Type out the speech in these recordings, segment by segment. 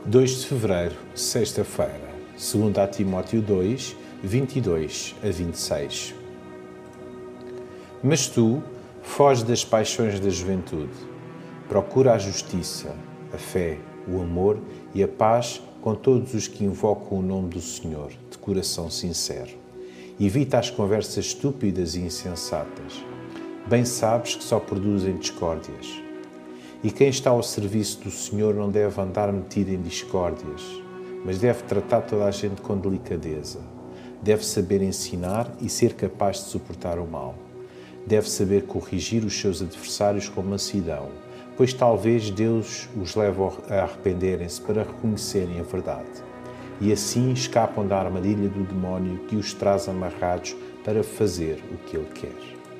2 de fevereiro, sexta-feira, 2 Timóteo 2, 22 a 26. Mas tu, foge das paixões da juventude, procura a justiça, a fé, o amor e a paz com todos os que invocam o nome do Senhor, de coração sincero. Evita as conversas estúpidas e insensatas. Bem sabes que só produzem discórdias. E quem está ao serviço do Senhor não deve andar metido em discórdias, mas deve tratar toda a gente com delicadeza. Deve saber ensinar e ser capaz de suportar o mal. Deve saber corrigir os seus adversários com mansidão, pois talvez Deus os leve a arrependerem-se para reconhecerem a verdade. E assim escapam da armadilha do demónio que os traz amarrados para fazer o que ele quer.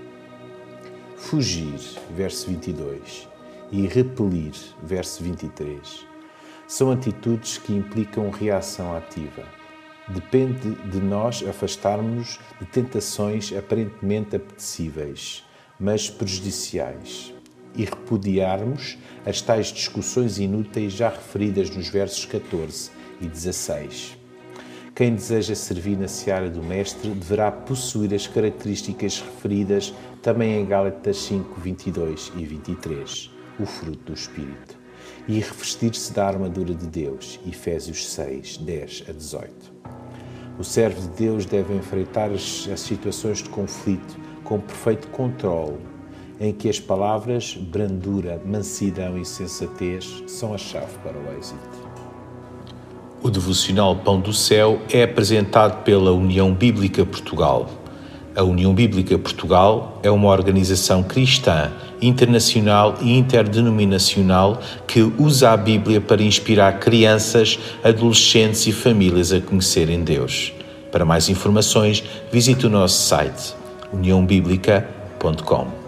Fugir, verso 22, e repelir, verso 23, são atitudes que implicam reação ativa. Depende de nós afastarmos-nos de tentações aparentemente apetecíveis, mas prejudiciais, e repudiarmos as tais discussões inúteis já referidas nos versos 14 e 16. Quem deseja servir na seara do Mestre deverá possuir as características referidas também em Gálatas 5, 22 e 23, o fruto do Espírito, e revestir-se da armadura de Deus, Efésios 6, 10 a 18. O servo de Deus deve enfrentar as situações de conflito com perfeito controle, em que as palavras brandura, mansidão e sensatez são a chave para o êxito. O devocional Pão do Céu é apresentado pela União Bíblica Portugal. A União Bíblica Portugal é uma organização cristã, internacional e interdenominacional que usa a Bíblia para inspirar crianças, adolescentes e famílias a conhecerem Deus. Para mais informações, visite o nosso site uniãobiblica.com.